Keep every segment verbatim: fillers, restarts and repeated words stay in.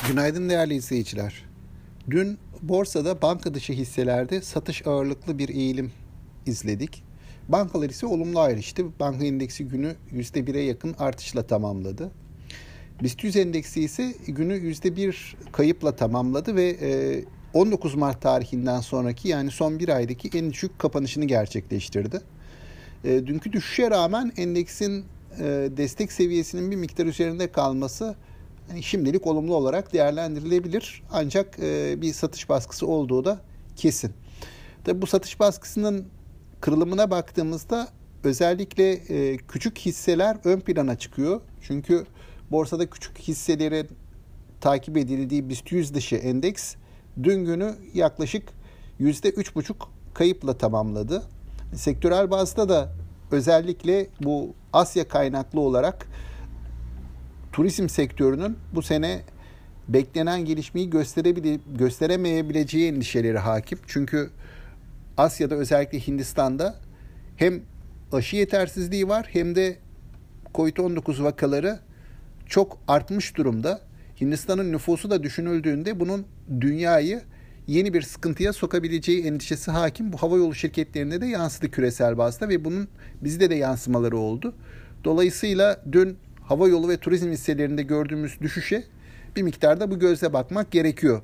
Günaydın değerli izleyiciler. Dün borsada banka dışı hisselerde satış ağırlıklı bir eğilim izledik. Bankalar ise olumlu ayrıştı. Banka endeksi günü yüzde bire yakın artışla tamamladı. BIST yüz endeksi ise günü yüzde bir kayıpla tamamladı ve on dokuz Mart tarihinden sonraki yani son bir aydaki en düşük kapanışını gerçekleştirdi. Dünkü düşüşe rağmen endeksin destek seviyesinin bir miktar üzerinde kalması yani şimdilik olumlu olarak değerlendirilebilir. Ancak e, bir satış baskısı olduğu da kesin. Tabii bu satış baskısının kırılımına baktığımızda özellikle e, küçük hisseler ön plana çıkıyor. Çünkü borsada küçük hisselerin takip edildiği BIST yüz dışı endeks dün günü yaklaşık yüzde üç buçuk kayıpla tamamladı. Sektörel bazda da özellikle bu Asya kaynaklı olarak turizm sektörünün bu sene beklenen gelişmeyi gösterebile, gösteremeyebileceği endişeleri hakim. Çünkü Asya'da özellikle Hindistan'da hem aşı yetersizliği var hem de kovid on dokuz vakaları çok artmış durumda. Hindistan'ın nüfusu da düşünüldüğünde bunun dünyayı yeni bir sıkıntıya sokabileceği endişesi hakim. Bu havayolu şirketlerinde de yansıdı küresel bazda ve bunun bizde de yansımaları oldu. Dolayısıyla dün havayolu ve turizm hisselerinde gördüğümüz düşüşe bir miktarda bu gözle bakmak gerekiyor.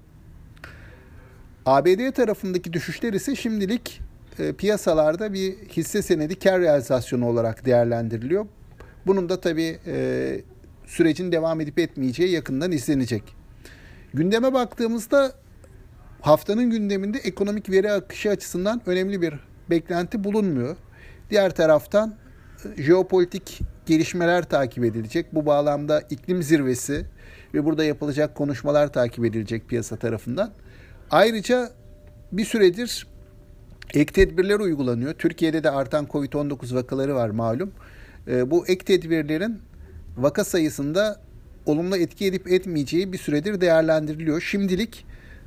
A B D tarafındaki düşüşler ise şimdilik e, piyasalarda bir hisse senedi kar realizasyonu olarak değerlendiriliyor. Bunun da tabii e, sürecin devam edip etmeyeceği yakından izlenecek. Gündeme baktığımızda haftanın gündeminde ekonomik veri akışı açısından önemli bir beklenti bulunmuyor. Diğer taraftan e, jeopolitik gelişmeler takip edilecek. Bu bağlamda iklim zirvesi ve burada yapılacak konuşmalar takip edilecek piyasa tarafından. Ayrıca bir süredir ek tedbirler uygulanıyor. Türkiye'de de artan kovid on dokuz vakaları var malum. Bu ek tedbirlerin vaka sayısında olumlu etki edip etmeyeceği bir süredir değerlendiriliyor. Şimdilik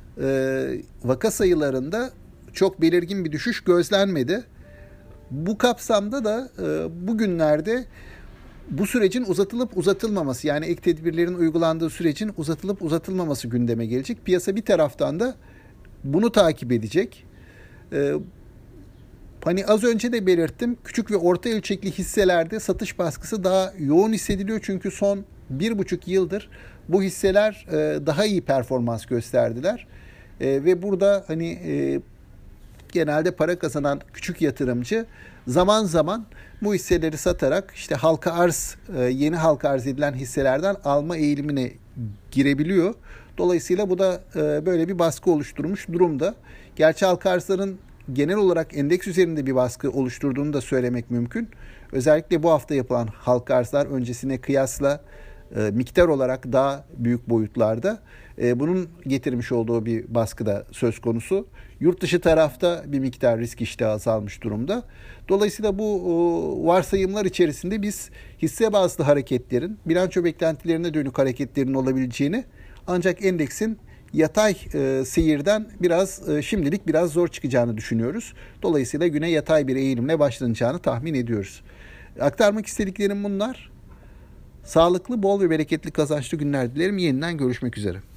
vaka sayılarında çok belirgin bir düşüş gözlenmedi. Bu kapsamda da bugünlerde bu sürecin uzatılıp uzatılmaması yani ek tedbirlerin uygulandığı sürecin uzatılıp uzatılmaması gündeme gelecek. Piyasa bir taraftan da bunu takip edecek. Ee, hani az önce de belirttim, küçük ve orta ölçekli hisselerde satış baskısı daha yoğun hissediliyor. Çünkü son bir buçuk yıldır bu hisseler e, daha iyi performans gösterdiler. E, ve burada hani e, genelde para kazanan küçük yatırımcı zaman zaman bu hisseleri satarak işte halka arz, yeni halka arz edilen hisselerden alma eğilimine girebiliyor. Dolayısıyla bu da böyle bir baskı oluşturmuş durumda. Gerçi halka arzların genel olarak endeks üzerinde bir baskı oluşturduğunu da söylemek mümkün. Özellikle bu hafta yapılan halka arzlar öncesine kıyasla miktar olarak daha büyük boyutlarda. Bunun getirmiş olduğu bir baskı da söz konusu. Yurt dışı tarafta bir miktar risk iştahı azalmış durumda. Dolayısıyla bu varsayımlar içerisinde biz hisse bazlı hareketlerin, bilanço beklentilerine dönük hareketlerin olabileceğini ancak endeksin yatay e, seyirden biraz e, şimdilik biraz zor çıkacağını düşünüyoruz. Dolayısıyla güne yatay bir eğilimle başlanacağını tahmin ediyoruz. Aktarmak istediklerim bunlar. Sağlıklı, bol ve bereketli kazançlı günler dilerim. Yeniden görüşmek üzere.